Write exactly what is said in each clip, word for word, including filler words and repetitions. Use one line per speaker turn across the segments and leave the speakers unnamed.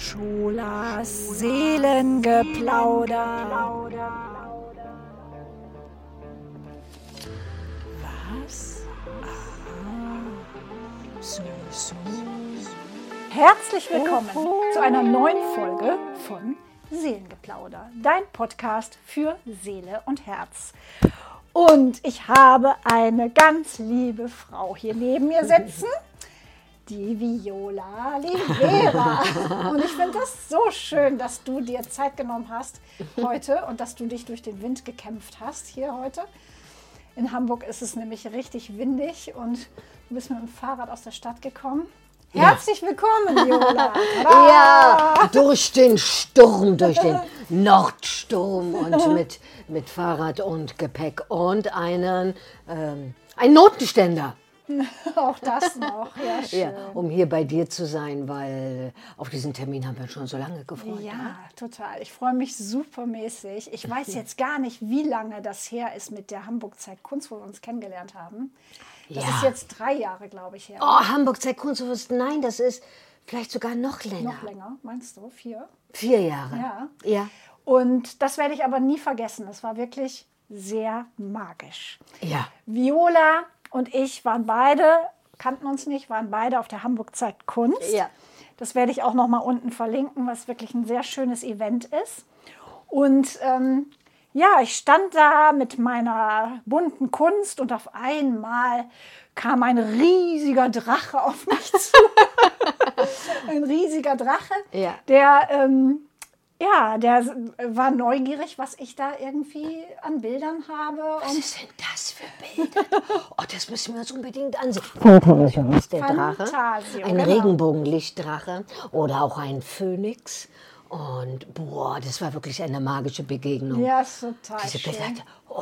Scholas Seelengeplauder. Was? Aha. So, so. Herzlich willkommen zu einer neuen Folge von Seelengeplauder, dein Podcast für Seele und Herz. Und ich habe eine ganz liebe Frau hier neben mir sitzen, die Viola Livera. Und ich finde das so schön, dass du dir Zeit genommen hast heute und dass du dich durch den Wind gekämpft hast hier heute. In Hamburg ist es nämlich richtig windig und du bist mit dem Fahrrad aus der Stadt gekommen. Herzlich willkommen, Viola. Tada!
Ja, durch den Sturm, durch den Nordsturm und mit, mit Fahrrad und Gepäck und einen, ähm, einen Notenständer.
Auch das noch, ja, schön.
Ja, um hier bei dir zu sein, weil auf diesen Termin haben wir schon so lange gefreut.
Ja,
ne?
total. Ich freue mich supermäßig. Ich weiß jetzt gar nicht, wie lange das her ist mit der Hamburg Zeit Kunst, wo wir uns kennengelernt haben. Das
Ja.
ist jetzt drei Jahre, glaube ich, her.
Oh, Hamburg Zeit Kunst, nein, das ist vielleicht sogar noch länger.
Noch länger, meinst du? Vier?
Vier Jahre.
Ja.
Ja.
Und das werde ich aber nie vergessen. Das war wirklich sehr magisch.
Ja.
Viola und ich waren beide, kannten uns nicht, waren beide auf der Hamburg Zeit Kunst.
Ja.
Das werde ich auch noch mal unten verlinken, was wirklich ein sehr schönes Event ist. Und ähm, ja, ich stand da mit meiner bunten Kunst und auf einmal kam ein riesiger Drache auf mich zu. Ein riesiger Drache,
Ja.
der... Ähm, Ja, der war neugierig, was ich da irgendwie an Bildern habe.
Was
Und
ist denn das für Bilder? Oh, das müssen wir uns unbedingt ansehen. Fantasion ist der Drache.
Fantasio,
Ein
genau.
Regenbogenlichtdrache oder auch ein Phönix. Und boah, das war wirklich eine magische Begegnung.
Ja, ist total
Diese
schön.
Bilder. Oh.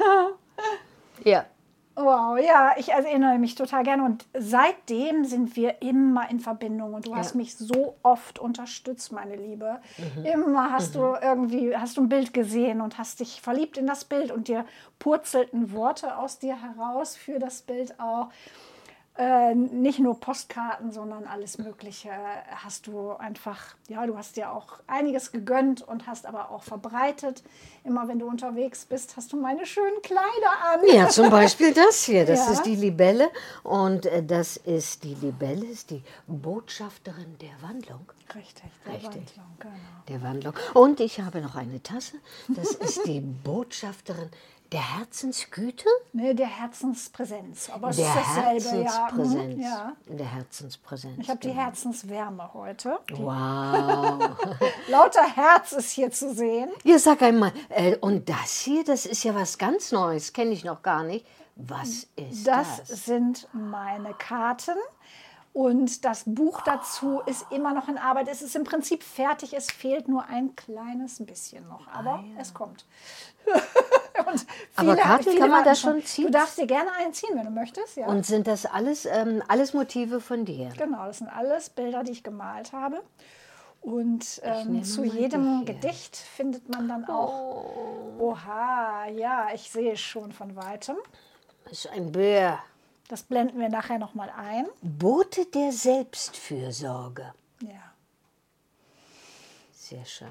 Ja.
Wow, ja, ich erinnere mich total gerne. Und seitdem sind wir immer in Verbindung. Und du hast
Ja.
mich so oft unterstützt, meine Liebe.
Mhm.
Immer hast du irgendwie, hast du ein Bild gesehen und hast dich verliebt in das Bild und dir purzelten Worte aus dir heraus für das Bild auch. Äh, nicht nur Postkarten, sondern alles Mögliche hast du einfach, ja, du hast dir auch einiges gegönnt und hast aber auch verbreitet. Immer wenn du unterwegs bist, hast du meine schönen Kleider an.
Ja, zum Beispiel das hier. Das
Ja.
ist die Libelle. Und äh, das ist die Libelle, ist die Botschafterin der Wandlung.
Richtig, der
Richtig.
Wandlung, genau.
Der Wandlung. Und ich habe noch eine Tasse. Das ist die Botschafterin der Herzensgüte.
Ne, der Herzenspräsenz. Aber es
Der
ist dasselbe, ja.
Herzenspräsenz.
Mhm, ja.
Der Herzenspräsenz.
Ich habe die Herzenswärme heute. Die
Wow.
lauter Herz ist hier zu sehen.
Ja, sag einmal, äh, und das hier, das ist ja was ganz Neues, kenne ich noch gar nicht. Was ist
Das
das?
sind meine Karten. Und das Buch dazu ist immer noch in Arbeit. Es ist im Prinzip fertig. Es fehlt nur ein kleines bisschen noch. Aber
Ah, ja.
es kommt. Und
Aber Karten kann man
warten
da schon ziehen?
Du darfst dir gerne einen ziehen, wenn du möchtest. Ja.
Und sind das alles, ähm, alles Motive von dir?
Genau, das sind alles Bilder, die ich gemalt habe. Und ähm,
nehme
zu
mal
jedem
die hier.
Gedicht findet man dann auch, oha, ja, ich sehe es schon von Weitem.
Das ist ein Bär.
Das blenden wir nachher nochmal ein.
Bote der Selbstfürsorge.
Ja.
Sehr schön.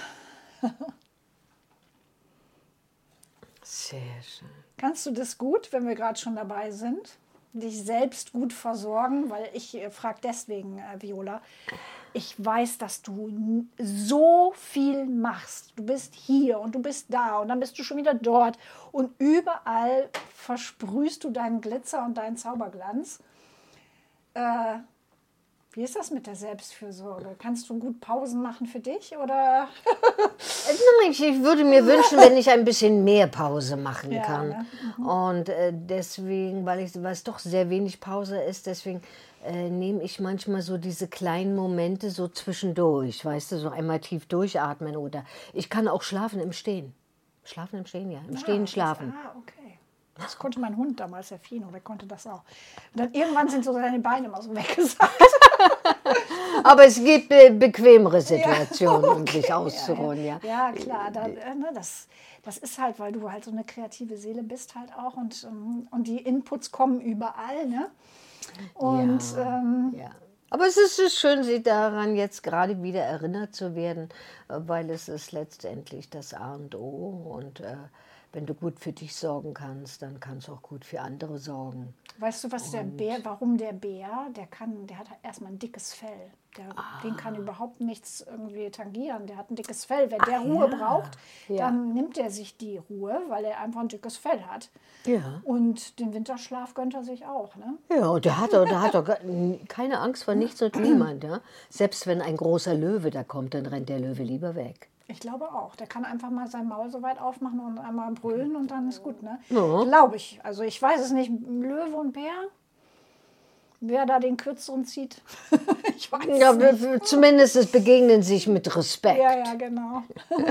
Sehr schön.
Kannst du das gut, wenn wir gerade schon dabei sind? Dich selbst gut versorgen, weil ich äh, frage deswegen, äh, Viola, ich weiß, dass du n- so viel machst. Du bist hier und du bist da und dann bist du schon wieder dort und überall versprühst du deinen Glitzer und deinen Zauberglanz. Äh, wie ist das mit der Selbstfürsorge? Kannst du gut Pausen machen für dich oder?
Ich, ich würde mir wünschen, wenn ich ein bisschen mehr Pause machen
Ja,
kann.
ne?
Und äh, deswegen, weil, ich, weil es doch sehr wenig Pause ist, deswegen äh, nehme ich manchmal so diese kleinen Momente so zwischendurch, weißt du, so einmal tief durchatmen oder ich kann auch schlafen im Stehen. Schlafen im Stehen, ja, im Stehen
das,
schlafen.
ah, okay. Das konnte mein Hund damals, der Fino, der konnte das auch. Und dann irgendwann sind so seine Beine immer so weggesackt.
Aber es gibt be bequemere Situationen, um sich auszuruhen, ja.
Ja, klar, da, äh, ne, das, das ist halt, weil du halt so eine kreative Seele bist halt auch und, ähm, und die Inputs kommen überall, ne? Und
ja,
ähm,
ja. Aber es ist es schön, sich daran jetzt gerade wieder erinnert zu werden, äh, weil es ist letztendlich das A und O. Und äh, wenn du gut für dich sorgen kannst, dann kannst du auch gut für andere sorgen.
Weißt du, was der Bär, warum der Bär, der kann, der hat erstmal ein dickes Fell. Der, ah. Den kann überhaupt nichts irgendwie tangieren. Der hat ein dickes Fell. Wenn der Ach, Ruhe ja. braucht, ja. dann nimmt er sich die Ruhe, weil er einfach ein dickes Fell hat.
Ja.
Und den Winterschlaf gönnt er sich auch. Ne?
Ja, und der hat, der hat doch keine Angst vor nichts und niemand. Ja? Selbst wenn ein großer Löwe da kommt, dann rennt der Löwe lieber weg.
Ich glaube auch. Der kann einfach mal sein Maul so weit aufmachen und einmal brüllen und dann ist gut. Ne?
Ja.
Glaube ich. Also ich weiß es nicht. Löwe und Bär, wer da den kürzeren zieht, ich weiß
ja,
nicht.
Zumindest es begegnen sich mit Respekt.
Ja, ja, genau.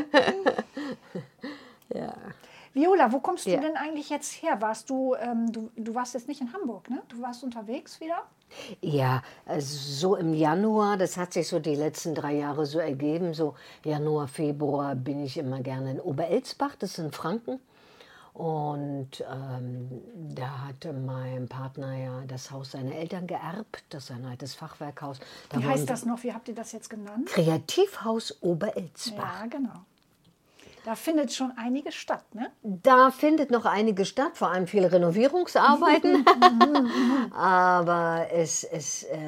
ja.
Viola, wo kommst du
ja.
denn eigentlich jetzt her? Warst du, ähm, du, du warst jetzt nicht in Hamburg, ne? Du warst unterwegs wieder?
Ja, also so im Januar, das hat sich so die letzten drei Jahre so ergeben, so Januar, Februar bin ich immer gerne in Oberelsbach, das ist in Franken. Und ähm, da hatte mein Partner ja das Haus seiner Eltern geerbt, das ist ein altes Fachwerkhaus. Da
Wie heißt das noch? Wie habt ihr das jetzt genannt?
Kreativhaus Oberelsbach.
Ja, genau. Da findet schon einiges statt, ne?
Da findet noch einiges statt, vor allem viele Renovierungsarbeiten. Aber es ist, äh,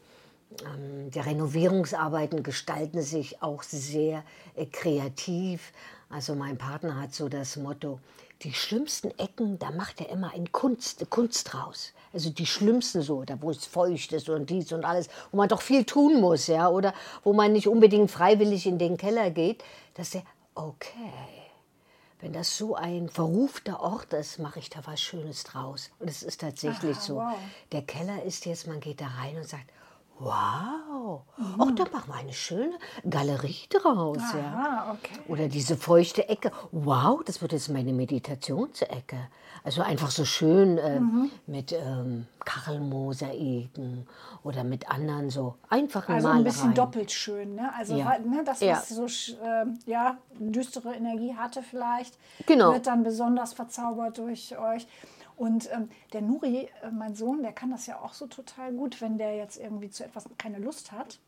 ähm, die Renovierungsarbeiten gestalten sich auch sehr äh, kreativ. Also mein Partner hat so das Motto, die schlimmsten Ecken, da macht er immer ein Kunst, Kunst draus. Also die schlimmsten so, da wo es feucht ist und dies und alles, wo man doch viel tun muss, ja, oder wo man nicht unbedingt freiwillig in den Keller geht, dass er okay, wenn das so ein verrufter Ort ist, mache ich da was Schönes draus. Und es ist tatsächlich Aha, so.
Wow.
Der Keller ist jetzt, man geht da rein und sagt, wow, mhm. auch da machen wir eine schöne Galerie draus.
Aha,
ja.
okay.
Oder diese feuchte Ecke, wow, das wird jetzt meine Meditationsecke. Also einfach so schön äh, mhm. mit ähm, Kachelmosaiken oder mit anderen so einfachen
Also
Malereien.
ein bisschen doppelt schön, ne? Also
ja.
ne, das, was
ja.
so äh, ja, düstere Energie hatte vielleicht,
genau.
wird dann besonders verzaubert durch euch. Und ähm, der Nuri, äh, mein Sohn, der kann das ja auch so total gut, wenn der jetzt irgendwie zu etwas keine Lust hat.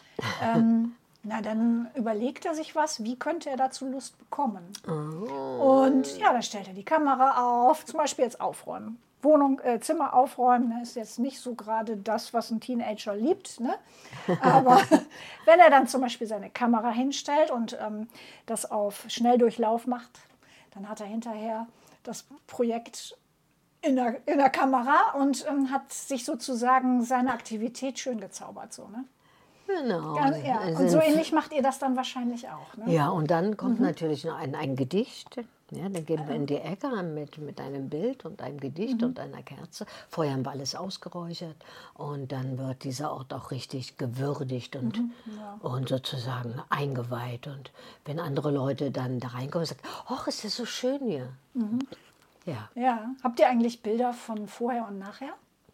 Ähm, na, dann überlegt er sich was, wie könnte er dazu Lust bekommen.
Oh.
Und ja, dann stellt er die Kamera auf, zum Beispiel jetzt aufräumen. Wohnung, äh, Zimmer aufräumen, ne, ist jetzt nicht so gerade das, was ein Teenager liebt. Ne? Aber wenn er dann zum Beispiel seine Kamera hinstellt und ähm, das auf Schnelldurchlauf macht, dann hat er hinterher das Projekt in der, in der Kamera und ähm, hat sich sozusagen seine Aktivität schön gezaubert. So, ne?
Genau.
Ja, ja. Und so ähnlich macht ihr das dann wahrscheinlich auch. Ne?
Ja, und dann kommt mhm. natürlich noch ein, ein Gedicht. Ja, dann gehen wir in die Ecke mit, mit einem Bild und einem Gedicht mhm. und einer Kerze. Vorher haben wir alles ausgeräuchert und dann wird dieser Ort auch richtig gewürdigt und,
mhm. ja.
und sozusagen eingeweiht. Und wenn andere Leute dann da reinkommen und sagen, ach, ist das so schön hier.
Mhm.
Ja.
ja. Habt ihr eigentlich Bilder von vorher und nachher?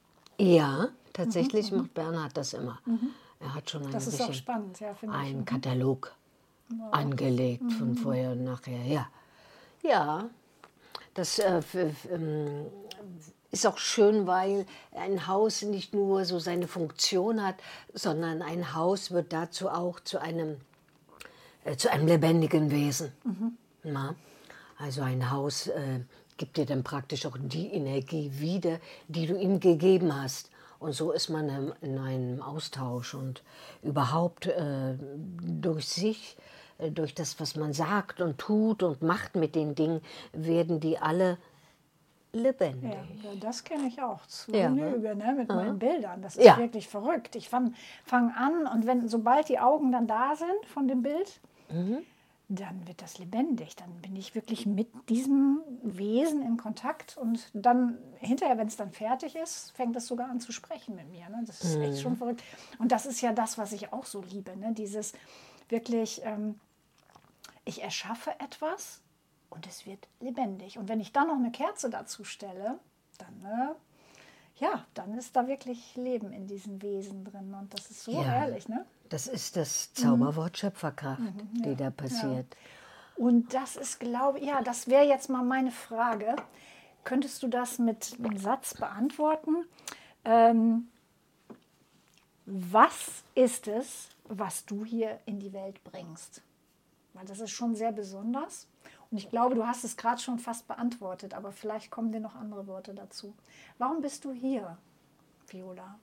Ja, tatsächlich mhm. macht Bernhard das immer.
Mhm.
Er hat schon ein
das ist
bisschen
auch spannend, ja, finde ich.
einen Katalog
wow.
angelegt
mhm.
von vorher und nachher. Ja, ja. Das äh, ähm, ist auch schön, weil ein Haus nicht nur so seine Funktion hat, sondern ein Haus wird dazu auch zu einem, äh, zu einem lebendigen Wesen.
Mhm.
Na? Also ein Haus äh, gibt dir dann praktisch auch die Energie wieder, die du ihm gegeben hast. Und so ist man in einem Austausch und überhaupt äh, durch sich, äh, durch das, was man sagt und tut und macht mit den Dingen, werden die alle lebendig.
Ja, das kenne ich auch zu
ja,
Genüge, ne, mit
ja.
meinen Bildern. Das ist
ja.
wirklich verrückt. Ich fange fang an und wenn, sobald die Augen dann da sind von dem Bild,
mhm.
dann wird das lebendig. Dann bin ich wirklich mit diesem Wesen in Kontakt und dann hinterher, wenn es dann fertig ist, fängt es sogar an zu sprechen mit mir. Ne? Das ist echt schon verrückt. Und das ist ja das, was ich auch so liebe. Ne? Dieses wirklich, ähm, ich erschaffe etwas und es wird lebendig. Und wenn ich dann noch eine Kerze dazu stelle, dann, äh, ja, dann ist da wirklich Leben in diesem Wesen drin. Und das ist so
ja.
herrlich, ne?
Das ist das Zauberwort mhm. Schöpferkraft,
mhm, ja,
die da passiert.
Ja. Und das ist, glaube ich, ja, das wäre jetzt mal meine Frage. Könntest du das mit einem Satz beantworten? Ähm, Was ist es, was du hier in die Welt bringst? Weil das ist schon sehr besonders. Und ich glaube, du hast es gerade schon fast beantwortet, aber vielleicht kommen dir noch andere Worte dazu. Warum bist du hier, Viola?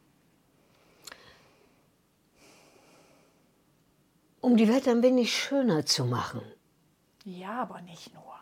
Um die Welt ein wenig schöner zu machen.
Ja, aber nicht nur.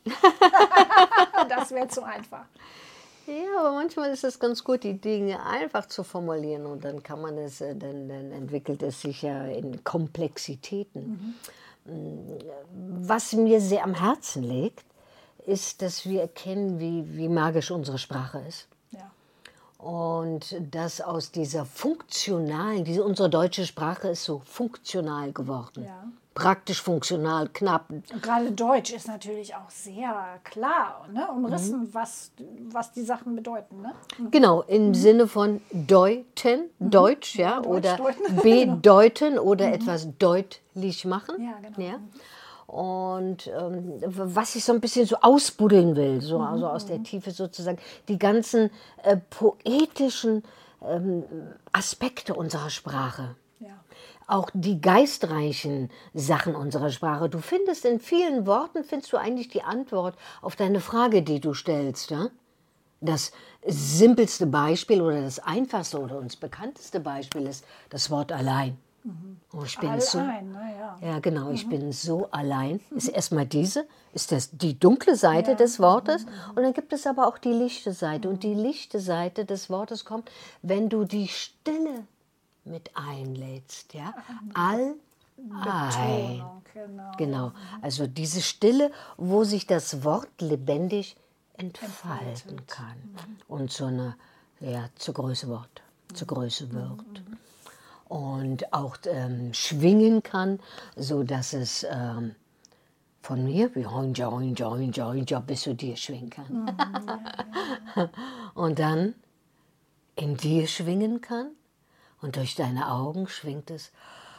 Das wäre zu einfach.
Ja, aber manchmal ist es ganz gut, die Dinge einfach zu formulieren und dann kann man es, äh, dann, dann entwickelt es sich ja in Komplexitäten. Mhm. Was mir sehr am Herzen liegt, ist, dass wir erkennen, wie, wie magisch unsere Sprache ist.
Ja.
Und dass aus dieser funktionalen, diese, unsere deutsche Sprache ist so funktional geworden.
Ja.
Praktisch funktional, knapp.
Und gerade Deutsch ist natürlich auch sehr klar, ne? Umrissen, mhm. was, was die Sachen bedeuten. Ne? Mhm.
Genau, im mhm. Sinne von deuten, mhm. Deutsch, ja, ja Deutsch oder deuten. bedeuten oder mhm. etwas deutlich machen.
Ja, genau.
Ja. Und ähm, was ich so ein bisschen so ausbuddeln will, so mhm. also aus der Tiefe sozusagen, die ganzen äh, poetischen ähm, Aspekte unserer Sprache.
Ja.
Auch die geistreichen Sachen unserer Sprache. Du findest in vielen Worten, findest du eigentlich die Antwort auf deine Frage, die du stellst. Ja? Das simpelste Beispiel oder das einfachste oder uns bekannteste Beispiel ist das Wort allein.
Mhm.
Oh, ich bin
allein,
so,
na ja.
ja, genau,
mhm.
ich bin so allein. Ist erstmal diese, ist das die dunkle Seite ja. des Wortes mhm. und dann gibt es aber auch die lichte Seite. Mhm. Und die lichte Seite des Wortes kommt, wenn du die Stille mit einlädst, ja, all ein.
Genau.
Genau, also diese Stille, wo sich das Wort lebendig entfalten
Entfaltet.
kann
Mhm.
und zu einer, ja, zur Größe wird, mhm. zur Größe wird. Mhm. Und auch ähm, schwingen kann, so dass es ähm, von mir wie Honja, Honja, Honja, Honja bis zu dir schwingen kann.
Mhm, ja, ja.
Und dann in dir schwingen kann. Und durch deine Augen schwingt es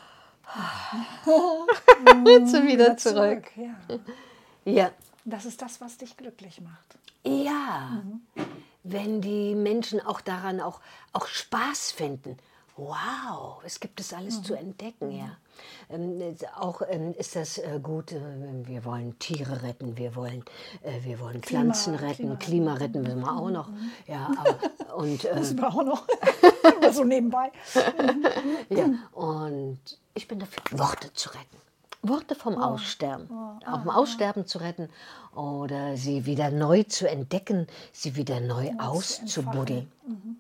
zu wieder zurück.
zurück ja.
Ja.
Das ist das, was dich glücklich macht.
Ja,
mhm.
wenn die Menschen auch daran auch, auch Spaß finden. Wow, es gibt es alles mhm. zu entdecken, ja. Ähm, auch ähm, ist das äh, gut, äh, wir wollen Tiere retten, wir wollen, äh, wir wollen
Klima,
Pflanzen retten,
Klima,
Klima retten, müssen wir auch noch. Mhm. Ja, aber, und, äh,
müssen wir auch noch, so nebenbei.
Ja, und ich bin dafür, Worte zu retten. Worte vom oh. Aussterben,
oh.
auch vom Aussterben zu retten oder sie wieder neu zu entdecken, sie wieder neu ja, auszubuddeln. Mhm.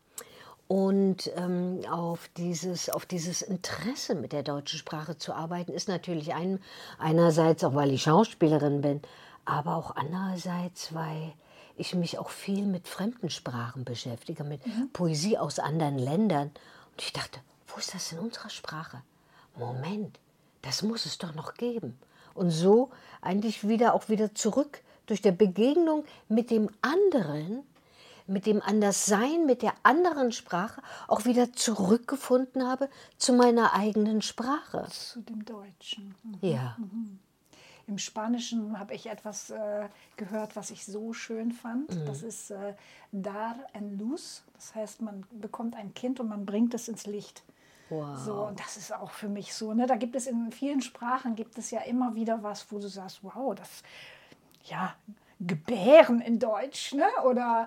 Und ähm, auf, dieses, auf dieses Interesse mit der deutschen Sprache zu arbeiten, ist natürlich ein, einerseits auch, weil ich Schauspielerin bin, aber auch andererseits, weil ich mich auch viel mit fremden Sprachen beschäftige, mit mhm. Poesie aus anderen Ländern. Und ich dachte, wo ist das in unserer Sprache? Moment, das muss es doch noch geben. Und so eigentlich wieder auch wieder zurück durch die Begegnung mit dem anderen, mit dem Anderssein, mit der anderen Sprache auch wieder zurückgefunden habe zu meiner eigenen Sprache.
Zu dem Deutschen. Mhm.
Ja.
Mhm. Im Spanischen habe ich etwas äh, gehört, was ich so schön fand. Mhm. Das ist äh, dar en luz. Das heißt, man bekommt ein Kind und man bringt es ins Licht.
Wow.
So, und das ist auch für mich so. Ne? Da gibt es in vielen Sprachen gibt es ja immer wieder was, wo du sagst, wow, das ja Gebären in Deutsch, ne? Oder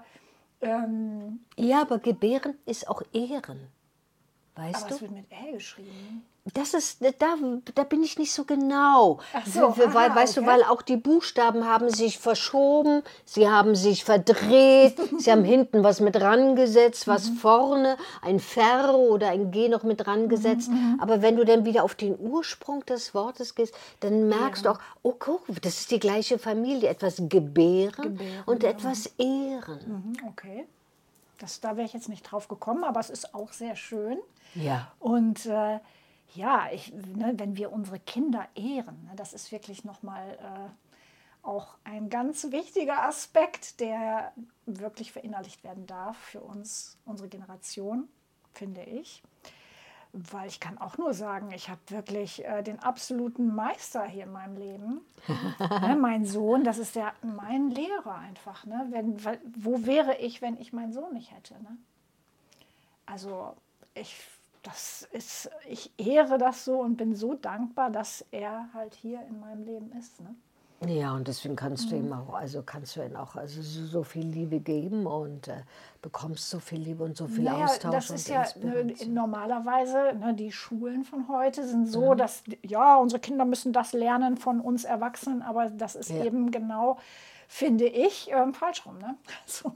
ähm,
ja, aber Gebären ist auch Ehren. Weißt
aber
du?
es wird mit Ä geschrieben.
Das ist, da, da bin ich nicht so genau.
Ach so,
weil,
aha,
weißt
okay.
du, weil auch die Buchstaben haben sich verschoben, sie haben sich verdreht, sie haben hinten was mit rangesetzt, was mhm. vorne, ein Ver oder ein G noch mit rangesetzt. Mhm, aber wenn du dann wieder auf den Ursprung des Wortes gehst, dann merkst ja. du auch, oh guck, das ist die gleiche Familie, etwas gebären, gebären und ja. etwas ehren.
Mhm, okay, das, da wäre ich jetzt nicht drauf gekommen, aber es ist auch sehr schön.
Ja.
Und äh, ja, ich, ne, wenn wir unsere Kinder ehren, ne, das ist wirklich nochmal äh, auch ein ganz wichtiger Aspekt, der wirklich verinnerlicht werden darf für uns, unsere Generation, finde ich. Weil ich kann auch nur sagen, ich habe wirklich äh, den absoluten Meister hier in meinem Leben. ne, mein Sohn, das ist der, mein Lehrer einfach. Ne? Wenn, weil, wo wäre ich, wenn ich meinen Sohn nicht hätte? Ne? Also ich das ist, ich ehre das so und bin so dankbar, dass er halt hier in meinem Leben ist. Ne?
Ja, und deswegen kannst du ihm auch, also kannst du ihm auch also so, so viel Liebe geben und äh, bekommst so viel Liebe und so viel
Naja,
Austausch
das
und
ist ja ne,
Inspiration.
normalerweise, ne, die Schulen von heute sind so, dass, ja, unsere Kinder müssen das lernen von uns Erwachsenen, aber das ist
Ja.
eben genau, finde ich, ähm, falsch rum. Ne? So.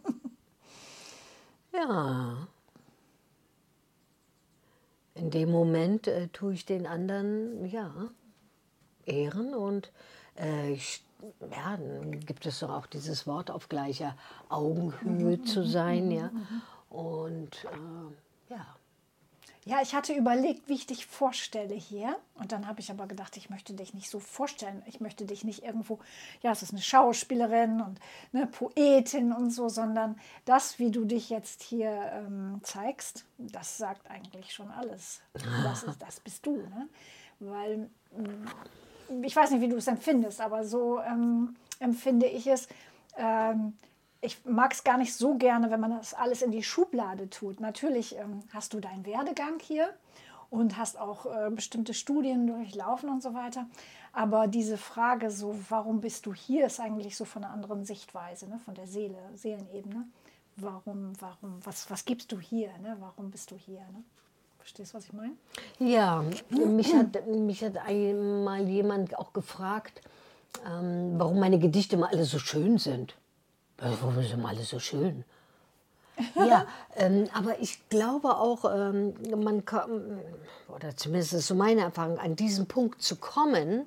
Ja. In dem Moment äh, tue ich den anderen, ja, ehren und äh, ich, ja, dann gibt es doch auch dieses Wort auf gleicher Augenhöhe zu sein, ja. Und äh, ja.
Ja, ich hatte überlegt, wie ich dich vorstelle hier. Und dann habe ich aber gedacht, ich möchte dich nicht so vorstellen. Ich möchte dich nicht irgendwo, ja, es ist eine Schauspielerin und eine Poetin und so, sondern das, wie du dich jetzt hier ähm, zeigst, das sagt eigentlich schon alles. Das, ist, das bist du. Ne? Weil, mh, ich weiß nicht, wie du es empfindest, aber so ähm, empfinde ich es. Ähm, Ich mag es gar nicht so gerne, wenn man das alles in die Schublade tut. Natürlich ähm, hast du deinen Werdegang hier und hast auch äh, bestimmte Studien durchlaufen und so weiter. Aber diese Frage, so, warum bist du hier, ist eigentlich so von einer anderen Sichtweise, ne? Von der Seele, Seelenebene. Warum, warum, was, was gibst du hier? Ne? Warum bist du hier? Ne? Verstehst du, was ich meine?
Ja, mich hat, mich hat einmal jemand auch gefragt, ähm, warum meine Gedichte immer alle so schön sind. Warum sind immer alle so schön? Ja, ähm, aber ich glaube auch, ähm, man kann, oder zumindest ist so meine Erfahrung, an diesen Punkt zu kommen,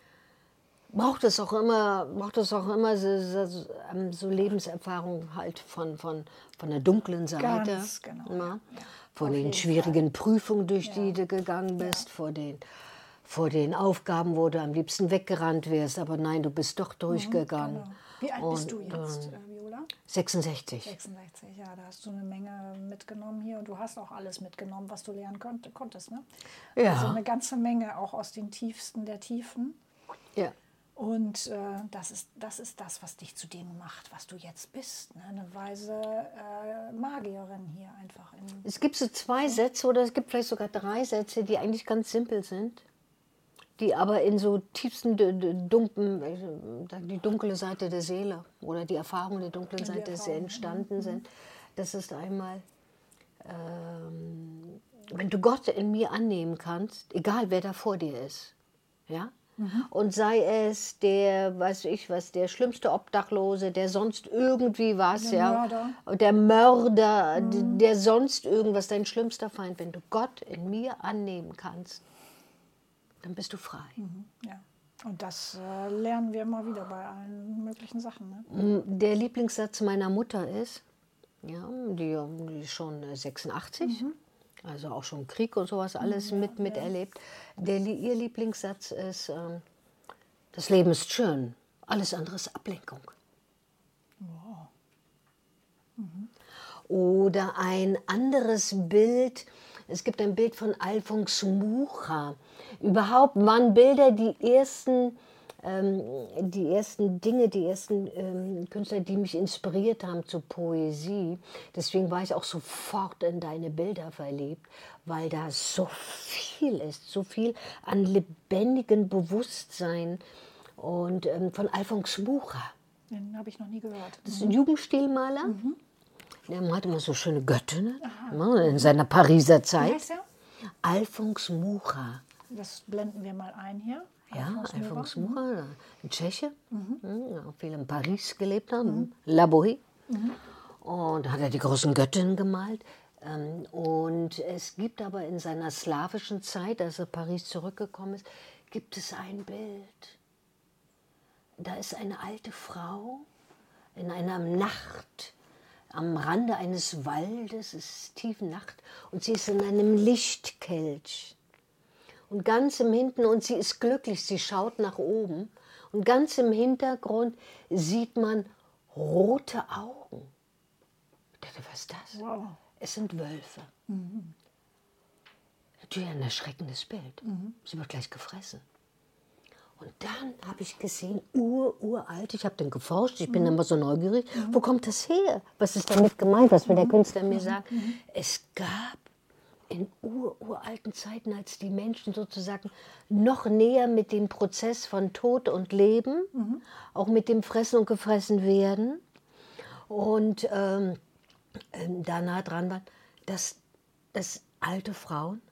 braucht es auch immer, braucht es auch immer so, so, so Lebenserfahrung halt von, von, von der dunklen Seite.
Ganz genau.
Ja.
Ja.
Von
Auf
den
jeden
schwierigen
Fall.
Prüfungen, durch
Ja.
die du gegangen bist, vor den, vor den Aufgaben, wo du am liebsten weggerannt wärst, aber nein, du bist doch durchgegangen.
Genau. Wie alt bist du
Und,
jetzt,
ähm,
äh, Viola?
sechsundsechzig.
sechsundsechzig, ja, da hast du eine Menge mitgenommen hier und du hast auch alles mitgenommen, was du lernen konnt, konntest, ne?
Ja.
Also eine ganze Menge, auch aus den tiefsten der Tiefen.
Ja.
Und äh, das, ist, das ist das, was dich zu dem macht, was du jetzt bist. Ne? Eine weise äh, Magierin hier einfach. In,
Es gibt so zwei Sätze oder es gibt vielleicht sogar drei Sätze, die eigentlich ganz simpel sind, die aber in so tiefsten, d- d- dumpen, äh, die dunkle Seite der Seele oder die Erfahrung der dunklen
die
Seite der Seele
Erfahrung,
entstanden sind. Das ist einmal, ähm, wenn du Gott in mir annehmen kannst, egal wer da vor dir ist, ja? Und sei es der, weiß ich was, der schlimmste Obdachlose, der sonst irgendwie was,
Der
ja,
Mörder.
der Mörder, d- der sonst irgendwas, dein schlimmster Feind, wenn du Gott in mir annehmen kannst, dann bist du frei.
ja. Und das äh, lernen wir immer wieder bei allen möglichen Sachen. Ne?
Der Lieblingssatz meiner Mutter ist, ja, die, die ist schon sechsundachtzig, also auch schon Krieg und sowas alles mit, miterlebt. Der, ihr Lieblingssatz ist, ähm, das Leben ist schön, alles andere ist Ablenkung.
Wow.
Oder ein anderes Bild, es gibt ein Bild von Alfons Mucha. Überhaupt waren Bilder die ersten, ähm, die ersten Dinge, die ersten ähm, Künstler, die mich inspiriert haben zur Poesie. Deswegen war ich auch sofort in deine Bilder verliebt, weil da so viel ist, so viel an lebendigem Bewusstsein. Und ähm, von Alfons Mucha.
Den habe ich noch nie gehört.
Das ist ein Jugendstilmaler. Der malt immer so schöne Göttinnen ne, in seiner Pariser
Wie
Zeit.
heißt der?
Alfons Mucha.
Das blenden wir mal ein hier.
Ja,
Alfons Mucha.
Alfons Mucha, ein Tscheche, ja, auch viel in Paris gelebt hat, La Bohème. Und da hat er die großen Göttinnen gemalt. Ähm, Und es gibt aber in seiner slawischen Zeit, als er Paris zurückgekommen ist, gibt es ein Bild. Da ist eine alte Frau in einer Nacht am Rande eines Waldes, es ist tiefe Nacht, und sie ist in einem Lichtkelch. Und ganz im Hinten, und sie ist glücklich, sie schaut nach oben, und ganz im Hintergrund sieht man rote Augen. Ich dachte, was ist das?
Wow.
Es sind Wölfe. Natürlich ein erschreckendes Bild. Sie wird gleich gefressen. Und dann habe ich gesehen, ur, uralt, ich habe dann geforscht, ich bin immer so neugierig, wo kommt das her? Was ist damit gemeint? Was will der Künstler mir sagen? Es gab in ur, uralten Zeiten, als die Menschen sozusagen noch näher mit dem Prozess von Tod und Leben, mhm. auch mit dem Fressen und Gefressen werden und ähm, da nah dran waren, dass, dass alte Frauen,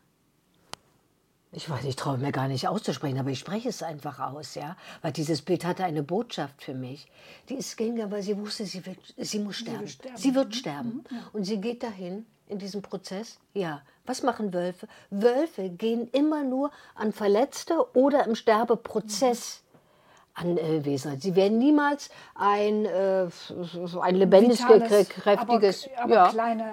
ich weiß, ich traue mir gar nicht auszusprechen, aber ich spreche es einfach aus, ja, weil dieses Bild hatte eine Botschaft für mich. Die ist gegangen, weil sie wusste, sie, wird, sie muss sterben. Sie, sterben. sie wird sterben. Mhm. Ja. Und sie geht dahin in diesem Prozess. Ja, was machen Wölfe? Wölfe gehen immer nur an Verletzte oder im Sterbeprozess mhm. an äh, Wesen. Sie werden niemals ein, äh, ein lebendiges, Vitales, kräftiges...
Aber, aber ja. kleine,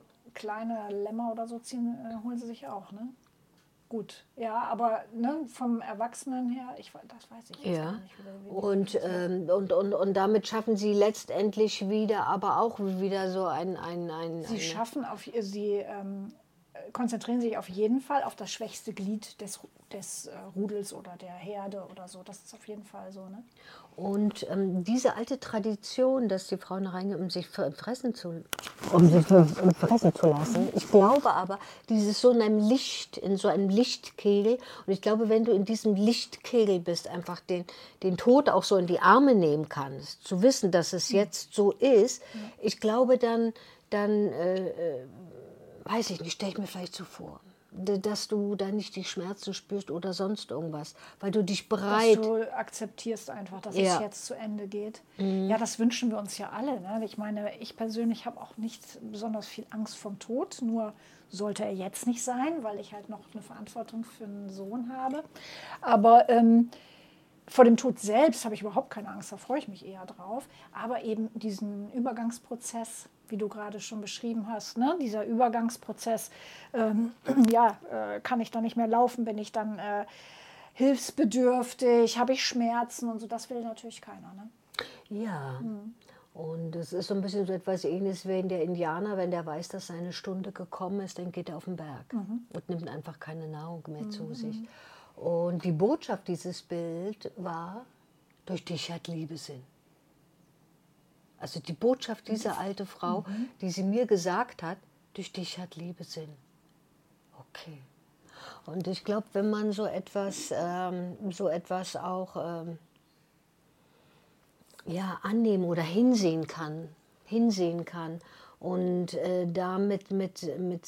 kleine Lämmer oder so ziehen, äh, holen sie sich auch, ne? Gut, ja, aber ne, vom Erwachsenen her, ich, das weiß ich jetzt
ja.
gar nicht. Wie, wie
und, ähm, und, und, und damit schaffen sie letztendlich wieder, aber auch wieder so ein... ein, ein
sie
eine
schaffen, auf, sie ähm, konzentrieren sich auf jeden Fall auf das schwächste Glied des, des äh, Rudels oder der Herde oder so. Das ist auf jeden Fall so, ne?
Und ähm, diese alte Tradition, dass die Frauen reingehen, um sich fressen zu, um sich fressen zu lassen. Ich glaube aber, dieses so in einem Licht, in so einem Lichtkegel. Und ich glaube, wenn du in diesem Lichtkegel bist, einfach den, den Tod auch so in die Arme nehmen kannst, zu wissen, dass es jetzt so ist, ich glaube, dann, dann äh, weiß ich nicht, stelle ich mir vielleicht so vor, dass du da nicht die Schmerzen spürst oder sonst irgendwas, weil du dich bereit...
Dass du akzeptierst einfach, dass
ja.
es jetzt zu Ende geht. Mhm. Ja, das wünschen wir uns ja alle. Ne? Ich meine, ich persönlich habe auch nicht besonders viel Angst vom Tod, nur sollte er jetzt nicht sein, weil ich halt noch eine Verantwortung für einen Sohn habe. Aber ähm, vor dem Tod selbst habe ich überhaupt keine Angst, da freue ich mich eher drauf. Aber eben diesen Übergangsprozess, wie du gerade schon beschrieben hast, ne? Dieser Übergangsprozess, ähm, ja, äh, kann ich dann nicht mehr laufen, bin ich dann äh, hilfsbedürftig, habe ich Schmerzen und so, das will natürlich keiner. Ne?
Ja, hm. Und es ist so ein bisschen so etwas Ähnliches wie der Indianer, wenn der weiß, dass seine Stunde gekommen ist, dann geht er auf den Berg mhm. und nimmt einfach keine Nahrung mehr mhm. zu sich. Und die Botschaft dieses Bild war, durch dich hat Liebe Sinn. Also die Botschaft dieser alten Frau, mhm. die sie mir gesagt hat, durch dich hat Liebe Sinn. Okay. Und ich glaube, wenn man so etwas, ähm, so etwas auch ähm, ja, annehmen oder hinsehen kann, hinsehen kann und äh, damit mit, mit,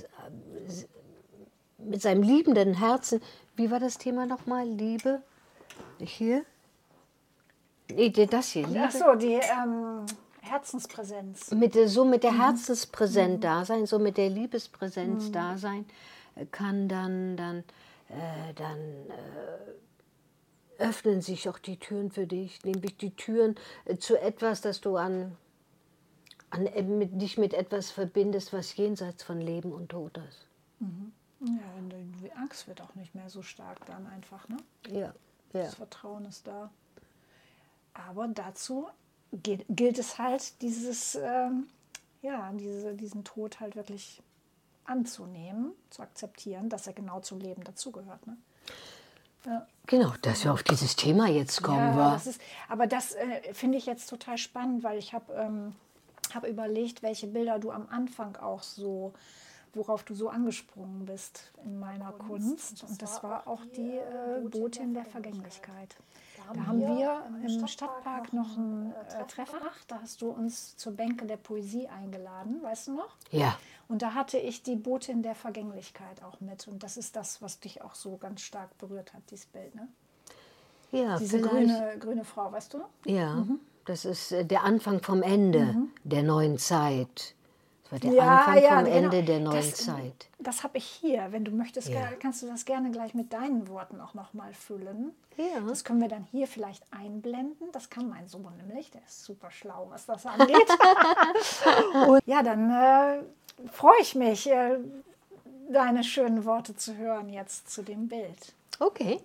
mit seinem liebenden Herzen, wie war das Thema nochmal? Liebe? Hier? Nee, das hier. Liebe.
Ach so, die ähm, Herzenspräsenz.
Mit, so mit der mhm. Herzenspräsenz mhm. da sein, so mit der Liebespräsenz mhm. da sein, kann dann, dann, äh, dann äh, öffnen sich auch die Türen für dich, nämlich die Türen äh, zu etwas, das du an, an äh, mit, dich mit etwas verbindest, was jenseits von Leben und Tod ist.
Mhm. Ja, und die Angst wird auch nicht mehr so stark dann einfach, ne?
Ja, ja.
Das Vertrauen ist da. Aber dazu gilt, gilt es halt, dieses, ähm, ja, diese, diesen Tod halt wirklich anzunehmen, zu akzeptieren, dass er genau zum Leben dazugehört. Ne? Ja.
Genau, dass wir auf dieses Thema jetzt kommen.
Ja,
war.
Das ist, aber das äh, finde ich jetzt total spannend, weil ich habe ähm, hab überlegt, welche Bilder du am Anfang auch so, worauf du so angesprungen bist in meiner Kunst. Und das war auch die äh, Botin der Vergänglichkeit. Da haben wir im Stadtpark noch ein äh, Treff gemacht. Da hast du uns zur Bänke der Poesie eingeladen, weißt du noch?
Ja.
Und da hatte ich die Botin der Vergänglichkeit auch mit. Und das ist das, was dich auch so ganz stark berührt hat, dieses Bild, ne?
Ja,
diese grüne, grüne Frau, weißt du noch?
Ja, mhm. das ist äh, der Anfang vom Ende mhm. der neuen Zeit. Das war der
ja,
Anfang
ja,
vom
genau.
Ende der neuen
das,
Zeit.
Das habe ich hier. Wenn du möchtest,
ja.
kannst du das gerne gleich mit deinen Worten auch noch mal füllen.
Ja.
Das können wir dann hier vielleicht einblenden. Das kann mein Sohn nämlich. Der ist super schlau, was das angeht. Und ja, dann äh, freue ich mich, äh, deine schönen Worte zu hören jetzt zu dem Bild.
Okay.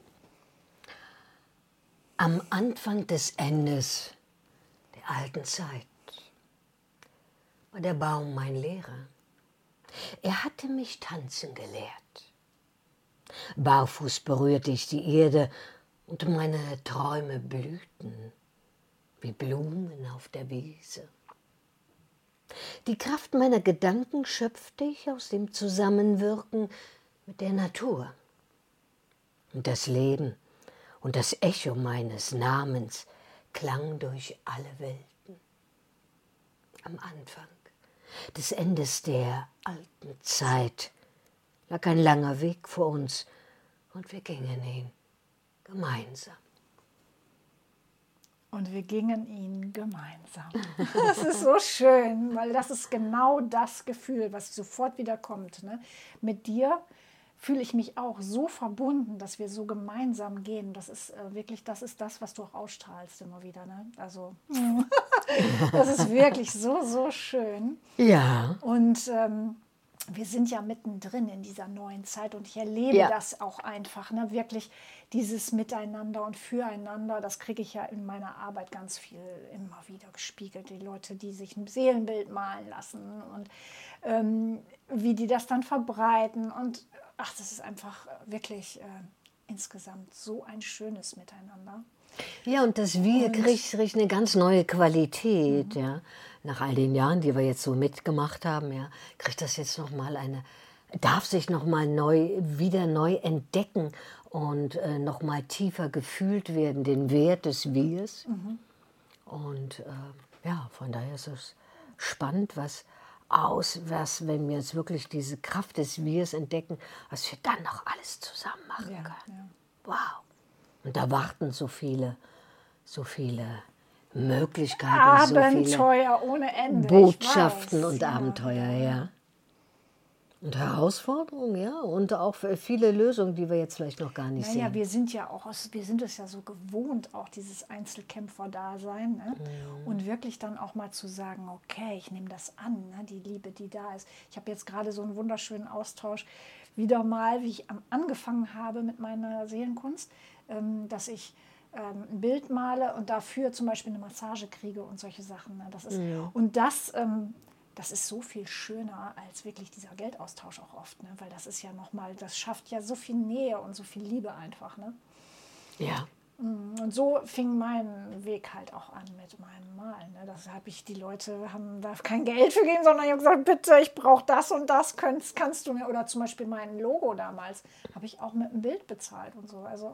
Am Anfang des Endes der alten Zeit war der Baum mein Lehrer. Er hatte mich tanzen gelehrt. Barfuß berührte ich die Erde und meine Träume blühten wie Blumen auf der Wiese. Die Kraft meiner Gedanken schöpfte ich aus dem Zusammenwirken mit der Natur. Und das Leben und das Echo meines Namens klang durch alle Welten. Am Anfang des Endes der alten Zeit lag ein langer Weg vor uns und wir gingen ihn gemeinsam.
Und wir gingen ihn gemeinsam. Das ist so schön, weil das ist genau das Gefühl, was sofort wieder kommt. Ne? Mit dir fühle ich mich auch so verbunden, dass wir so gemeinsam gehen. Das ist äh, wirklich, das ist das, was du auch ausstrahlst immer wieder. Ne? Also, das ist wirklich so, so schön.
Ja.
Und ähm, wir sind ja mittendrin in dieser neuen Zeit und ich erlebe
Ja.
das auch einfach, ne? Wirklich dieses Miteinander und Füreinander, das kriege ich ja in meiner Arbeit ganz viel immer wieder gespiegelt. Die Leute, die sich ein Seelenbild malen lassen und ähm, wie die das dann verbreiten und ach, das ist einfach wirklich äh, insgesamt so ein schönes Miteinander.
Ja, und das Wir
Und-
kriegt kriegt eine ganz neue Qualität, ja. Nach all den Jahren, die wir jetzt so mitgemacht haben, ja, kriegt das jetzt noch mal eine, darf sich noch mal neu, wieder neu entdecken und äh, noch mal tiefer gefühlt werden, den Wert des Wirs. Und äh, ja, von daher ist es spannend, was aus, was, wenn wir jetzt wirklich diese Kraft des Wirs entdecken, was wir dann noch alles zusammen machen
Ja,
können.
ja.
Wow. Und da warten so viele, so viele Möglichkeiten, so viele
Abenteuer ohne Ende. ich
Botschaften
weiß.
und
Ja,
Abenteuer, ja. Und Herausforderungen, ja. Und auch viele Lösungen, die wir jetzt vielleicht noch gar nicht
Naja,
sehen.
wir sind ja auch, aus, wir sind es ja so gewohnt, auch dieses Einzelkämpfer-Dasein. Ne? Und wirklich dann auch mal zu sagen, okay, ich nehme das an, ne? Die Liebe, die da ist. Ich habe jetzt gerade so einen wunderschönen Austausch wieder mal, wie ich am- angefangen habe mit meiner Seelenkunst, ähm, dass ich ähm, ein Bild male und dafür zum Beispiel eine Massage kriege und solche Sachen. Ne? Das ist, Und das... Ähm, das ist so viel schöner als wirklich dieser Geldaustausch auch oft, ne? Weil das ist ja nochmal, das schafft ja so viel Nähe und so viel Liebe einfach. Ne?
Ja.
Und so fing mein Weg halt auch an mit meinem Malen. Ne? Das habe ich, die Leute haben da kein Geld für gegeben, sondern ich habe gesagt, bitte, ich brauche das und das, kannst, kannst du mir, oder zum Beispiel mein Logo damals, habe ich auch mit einem Bild bezahlt und so. Also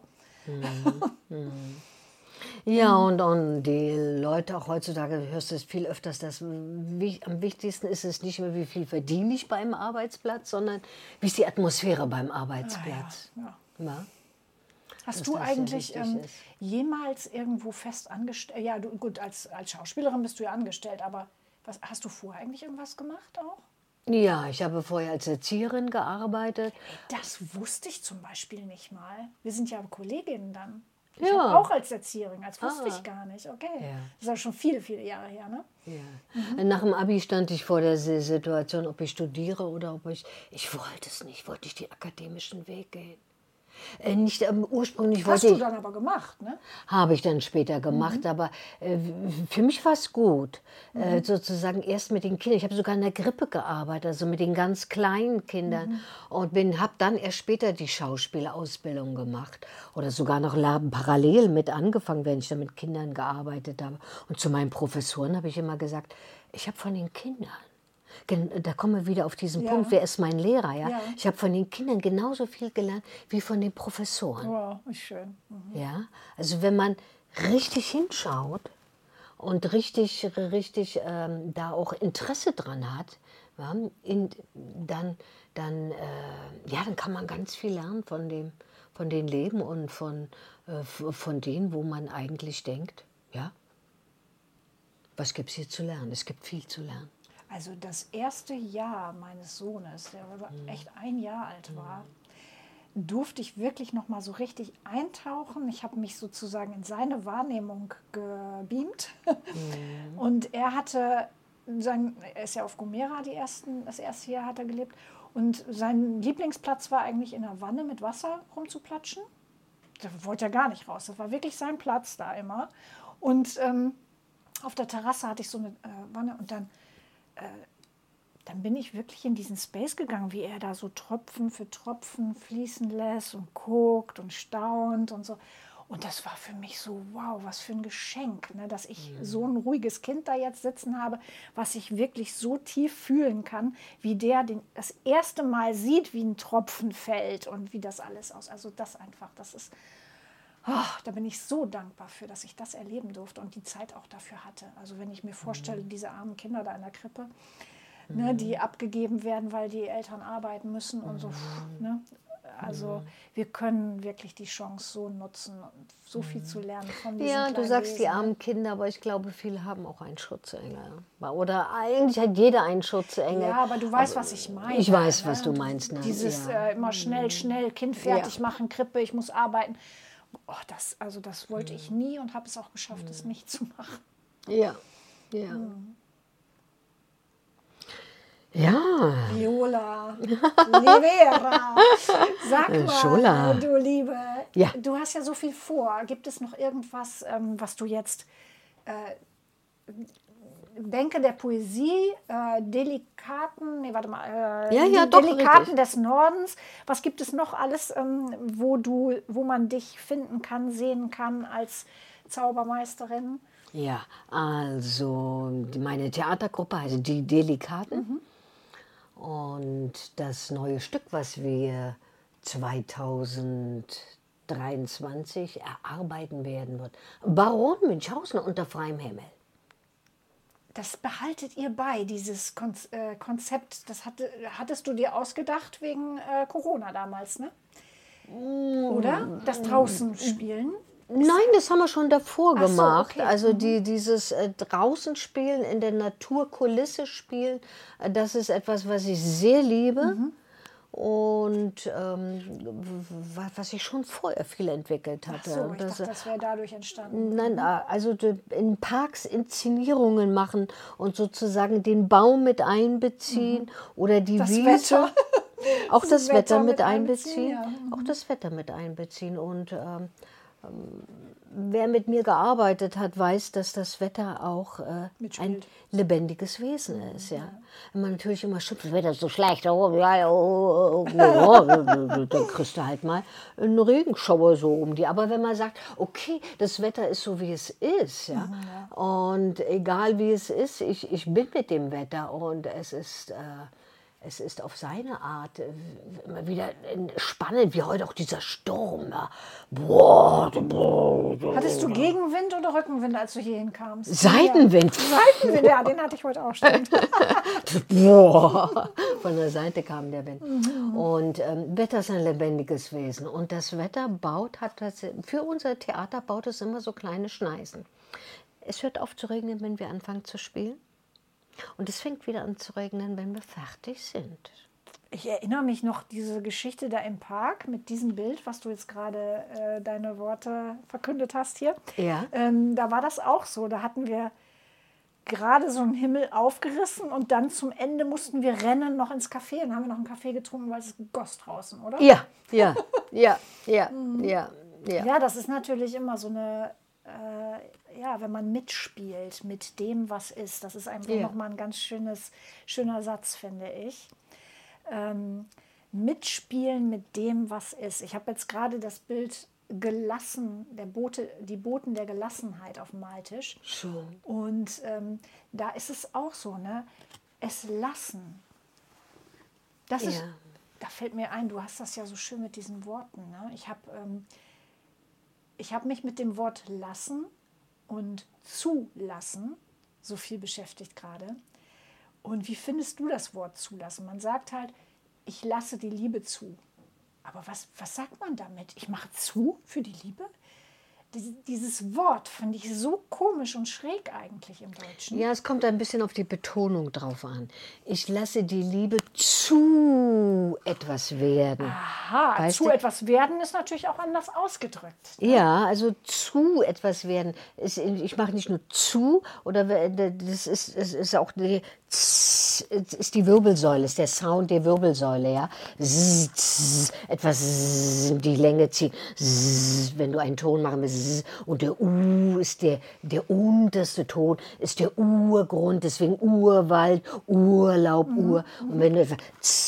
Ja, und, und die Leute auch heutzutage, hörst du es viel öfters, dass wi- am wichtigsten ist es nicht mehr, wie viel verdiene ich beim Arbeitsplatz, sondern wie ist die Atmosphäre beim Arbeitsplatz.
ja.
Ja.
Hast
Dass
du
das sehr
eigentlich
wichtig
ähm,
ist.
jemals irgendwo fest angestellt? Ja, du, gut, als, als Schauspielerin bist du ja angestellt, aber was, hast du vorher eigentlich irgendwas gemacht auch?
Ja, ich habe vorher als Erzieherin gearbeitet.
Das wusste ich zum Beispiel nicht mal. Wir sind ja Kolleginnen dann. Ich
Ja.
habe auch als Erzieherin, das wusste
Ah.
ich gar nicht. Okay.
Ja.
Das ist ja schon viele, viele Jahre her, ne?
Ja. Nach dem Abi stand ich vor der Si- Situation, ob ich studiere oder ob ich, ich wollte es nicht, wollte ich den akademischen Weg gehen. Äh, nicht ähm, ursprünglich
Hast
wollte
du
ich,
dann aber gemacht, ne?
habe ich dann später gemacht, aber äh, für mich war es gut, äh, sozusagen erst mit den Kindern. Ich habe sogar in der Grippe gearbeitet, also mit den ganz kleinen Kindern und bin, habe dann erst später die Schauspielausbildung gemacht oder sogar noch la- parallel mit angefangen, wenn ich dann mit Kindern gearbeitet habe. Und zu meinen Professoren habe ich immer gesagt, ich habe von den Kindern, gen- da kommen wir wieder auf diesen
Ja.
Punkt, wer ist mein Lehrer? Ja?
Ja.
Ich habe von den Kindern genauso viel gelernt wie von den Professoren.
Wow, ist schön. Mhm.
Ja, also wenn man richtig hinschaut und richtig, richtig ähm, da auch Interesse dran hat, ja, in, dann, dann, äh, ja, dann kann man ganz viel lernen von dem, von den Leben und von, äh, f- von denen, wo man eigentlich denkt, ja, was gibt es hier zu lernen? Es gibt viel zu lernen.
Also das erste Jahr meines Sohnes, der aber echt ein Jahr alt war, durfte ich wirklich noch mal so richtig eintauchen. Ich habe mich sozusagen in seine Wahrnehmung gebeamt. Und er hatte, sein, er ist ja auf Gomera, die ersten, das erste Jahr hat er gelebt. Und sein Lieblingsplatz war eigentlich in der Wanne mit Wasser rumzuplatschen. Da wollte er gar nicht raus. Das war wirklich sein Platz da immer. Und ähm, auf der Terrasse hatte ich so eine äh, Wanne und dann dann bin ich wirklich in diesen Space gegangen, wie er da so Tropfen für Tropfen fließen lässt und guckt und staunt und so. Und das war für mich so, wow, was für ein Geschenk, ne, dass ich so ein ruhiges Kind da jetzt sitzen habe, was ich wirklich so tief fühlen kann, wie der den, das erste Mal sieht, wie ein Tropfen fällt und wie das alles aus. Also das einfach, das ist, oh, da bin ich so dankbar für, dass ich das erleben durfte und die Zeit auch dafür hatte. Also wenn ich mir vorstelle, diese armen Kinder da in der Krippe, ne, die abgegeben werden, weil die Eltern arbeiten müssen und so, ne? Also wir können wirklich die Chance so nutzen und so viel zu lernen von diesen
Ja, du
kleinen
sagst die
Wesen.
armen Kinder, aber ich glaube, viele haben auch einen Schutzengel. Oder eigentlich hat jeder einen Schutzengel.
Ja, aber du weißt, was ich meine.
Ich weiß,
ne?
was du meinst. Ne?
Dieses
ja.
äh, immer schnell, schnell, Kind fertig
Ja.
machen, Krippe, ich muss arbeiten. Oh, das, also das wollte ich nie und habe es auch geschafft,
Mhm.
es nicht zu machen.
Ja, ja. Ja,
Viola, Livera, sag mal,
Schola.
du Liebe,
Ja.
du hast ja so viel vor. Gibt es noch irgendwas, ähm, was du jetzt, äh, Bänke der Poesie, äh, Delikaten, nee, warte mal, äh,
Ja, ja,
die
doch,
Delikaten
richtig.
des Nordens, was gibt es noch alles, ähm, wo du, wo man dich finden kann, sehen kann als Zaubermeisterin?
Ja, also die- meine Theatergruppe heißt Die Delikaten. Und das neue Stück, was wir zweitausenddreiundzwanzig erarbeiten werden wird, Baron Münchhausen unter freiem Himmel.
Das behaltet ihr bei, dieses Kon äh, Konzept. Das hatte, hattest du dir ausgedacht wegen äh, Corona damals, ne? Oder? Das draußen spielen?
Nein, das haben wir schon davor
Ach so,
gemacht.
okay.
Also die, dieses äh, draußen spielen, in der Naturkulisse spielen, äh, das ist etwas, was ich sehr liebe. Und ähm, w- wa- was ich schon vorher viel entwickelt hatte.
Ach so, ich
Das,
dachte, das wäre dadurch entstanden.
Nein, also de- in Parks Inszenierungen machen und sozusagen den Baum mit einbeziehen oder die
Das
Wiese.
Wetter.
Auch das,
Das
Wetter,
Wetter
mit
mit einbeziehen,
einbeziehen. Auch das Wetter mit einbeziehen. Und ähm, ähm, wer mit mir gearbeitet hat, weiß, dass das Wetter auch äh, ein
Mitspielt.
lebendiges Wesen ist. Ja. Wenn man natürlich immer schimpft, das Wetter ist so schlecht, oh, ja, oh, oh, oh, oh, dann kriegst du halt mal einen Regenschauer so um die. Aber wenn man sagt, okay, das Wetter ist so, wie es ist, ja, und egal wie es ist, ich, ich bin mit dem Wetter und es ist... Äh, Es ist auf seine Art äh, immer wieder äh, spannend, wie heute auch dieser Sturm. Ja. Boah, boah,
Hattest du Gegenwind oder Rückenwind, als du hierhin kamst?
Seitenwind.
Ja. Seitenwind, ja, den hatte ich heute auch schon.
Boah. Von der Seite kam der Wind. Und ähm, Wetter ist ein lebendiges Wesen. Und das Wetter baut, hat das, für unser Theater baut es immer so kleine Schneisen. Es hört auf zu regnen, wenn wir anfangen zu spielen. Und es fängt wieder an zu regnen, wenn wir fertig sind.
Ich erinnere mich noch diese Geschichte da im Park mit diesem Bild, was du jetzt gerade äh, deine Worte verkündet hast hier.
Ja.
Ähm, da war das auch so. Da hatten wir gerade so einen Himmel aufgerissen und dann zum Ende mussten wir rennen noch ins Café. Und haben wir noch einen Kaffee getrunken, weil es goss draußen, oder?
Ja, ja, ja, ja, ja, ja.
Ja, das ist natürlich immer so eine, äh, ja, wenn man mitspielt mit dem, was ist. Das ist einfach
Ja.
nochmal ein ganz schönes, schöner Satz, finde ich. Ähm, mitspielen mit dem, was ist. Ich habe jetzt gerade das Bild gelassen, der Bote, die Boten der Gelassenheit auf dem Maltisch.
Schön.
Und ähm, da ist es auch so, ne? Es lassen. Das ist,
Ja.
da fällt mir ein, du hast das ja so schön mit diesen Worten. Ne? Ich habe ähm, ich hab mich mit dem Wort lassen und zulassen so viel beschäftigt gerade. Und wie findest du das Wort zulassen? Man sagt halt, ich lasse die Liebe zu. Aber was, was sagt man damit? Ich mache zu für die Liebe? Dies- Dieses Wort fand ich so komisch und schräg eigentlich im Deutschen.
Ja, es kommt ein bisschen auf die Betonung drauf an. Ich lasse die Liebe zu etwas werden.
Aha,
Weißt
zu
du?
etwas werden ist natürlich auch anders ausgedrückt.
Ja, also zu etwas werden. Ist- Ich mache nicht nur zu, oder we- das ist, es ist auch die, Z- es ist die Wirbelsäule, ist der Sound der Wirbelsäule, ja. Z- z- Etwas z- die Länge ziehen. Z- Wenn du einen Ton machen willst, z- und der U ist der, der unterste Ton, ist der Urgrund, deswegen Urwald, Urlaub, Ur. Und wenn du etwas zu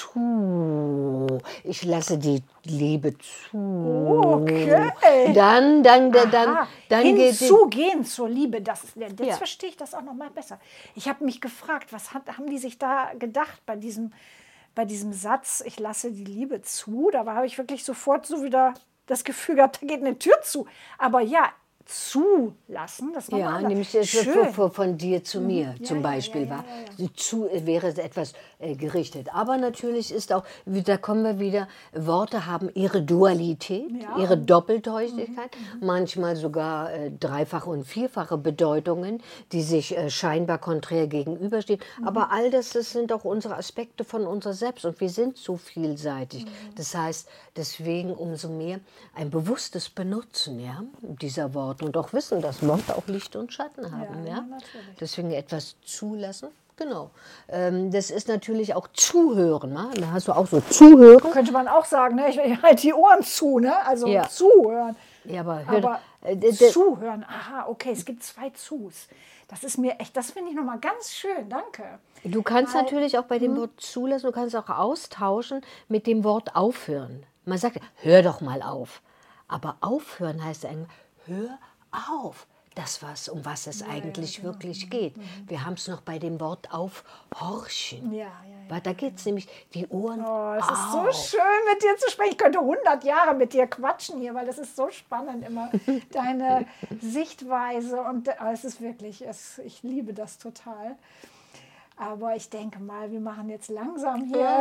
zu. Ich lasse die Liebe zu.
Okay.
Dann, dann, dann, dann,
Aha,
dann geht die,
hinzugehen zur Liebe, das, jetzt
Ja.
verstehe ich das auch noch mal besser. Ich habe mich gefragt, was hat, haben die sich da gedacht bei diesem, bei diesem Satz, ich lasse die Liebe zu? Da habe ich wirklich sofort so wieder das Gefühl gehabt, da geht eine Tür zu. Aber ja, zulassen, das war
Ja,
mal
nämlich jetzt
schön.
von, von dir zu mir
Ja,
zum
ja,
Beispiel.
ja, ja,
war.
ja,
Zu wäre etwas äh, gerichtet. Aber natürlich ist auch, wie- da kommen wir wieder, Worte haben ihre Dualität,
Ja.
ihre Doppeldeutigkeit, manchmal sogar äh, dreifache und vierfache Bedeutungen, die sich äh, scheinbar konträr gegenüberstehen. Aber all das, das sind auch unsere Aspekte von unser Selbst und wir sind so vielseitig. Das heißt, deswegen umso mehr ein bewusstes Benutzen, ja, dieser Worte und auch wissen, dass Worte auch Licht und Schatten haben.
ja,
Ja,
natürlich.
Deswegen etwas zulassen. Genau. Ähm, das ist natürlich auch Zuhören. Ne? Da hast du auch so Zuhören.
Könnte man auch sagen, ne? ich, ich halte die Ohren zu, ne? Also
Ja.
zuhören.
Ja, aber hör,
Aber
äh, d- d-
zuhören, aha, okay, es gibt zwei Zus. Das ist mir echt, das finde ich nochmal ganz schön, danke.
du kannst
Weil-
natürlich auch bei dem Wort zulassen, du kannst auch austauschen mit dem Wort aufhören. Man sagt, hör doch mal auf. Aber aufhören heißt eigentlich, hör auf. Das, was, um was es eigentlich wirklich geht. Wir haben es noch bei dem Wort aufhorchen.
Ja, ja,
Weil da geht es nämlich die Ohren
Oh, es ist so
auf.
schön, mit dir zu sprechen. Ich könnte hundert Jahre mit dir quatschen hier, weil das ist so spannend immer, deine Sichtweise. Und oh, es ist wirklich, es, ich liebe das total. Aber ich denke mal, wir machen jetzt langsam hier.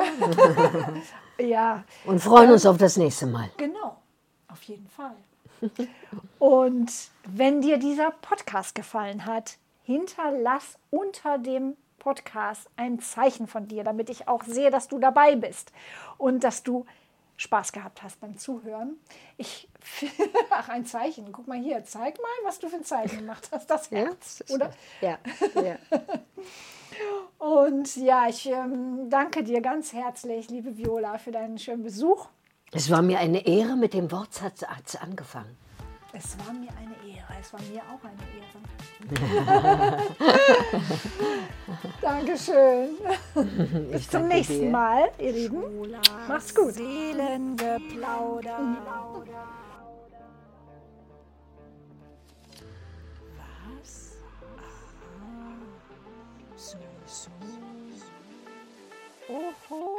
Ja,
Und freuen uns auf das nächste Mal.
genau, auf jeden Fall. Und wenn dir dieser Podcast gefallen hat, hinterlass unter dem Podcast ein Zeichen von dir, damit ich auch sehe, dass du dabei bist und dass du Spaß gehabt hast beim Zuhören. Ich, ach, ein Zeichen. Guck mal hier, zeig mal, was du für ein Zeichen gemacht hast. Das Herz, oder?
Ja, ja.
Und ja, ich ähm, danke dir ganz herzlich, liebe Viola, für deinen schönen Besuch.
Es war mir eine Ehre, mit dem Wortsatz hat's angefangen.
Es war mir eine Ehre. Es war mir auch eine Ehre. Dankeschön. Bis zum
danke
nächsten
dir.
Mal, ihr Lieben. Macht's gut.
Seelengeplauder. Was? Aha. So, so. Oho.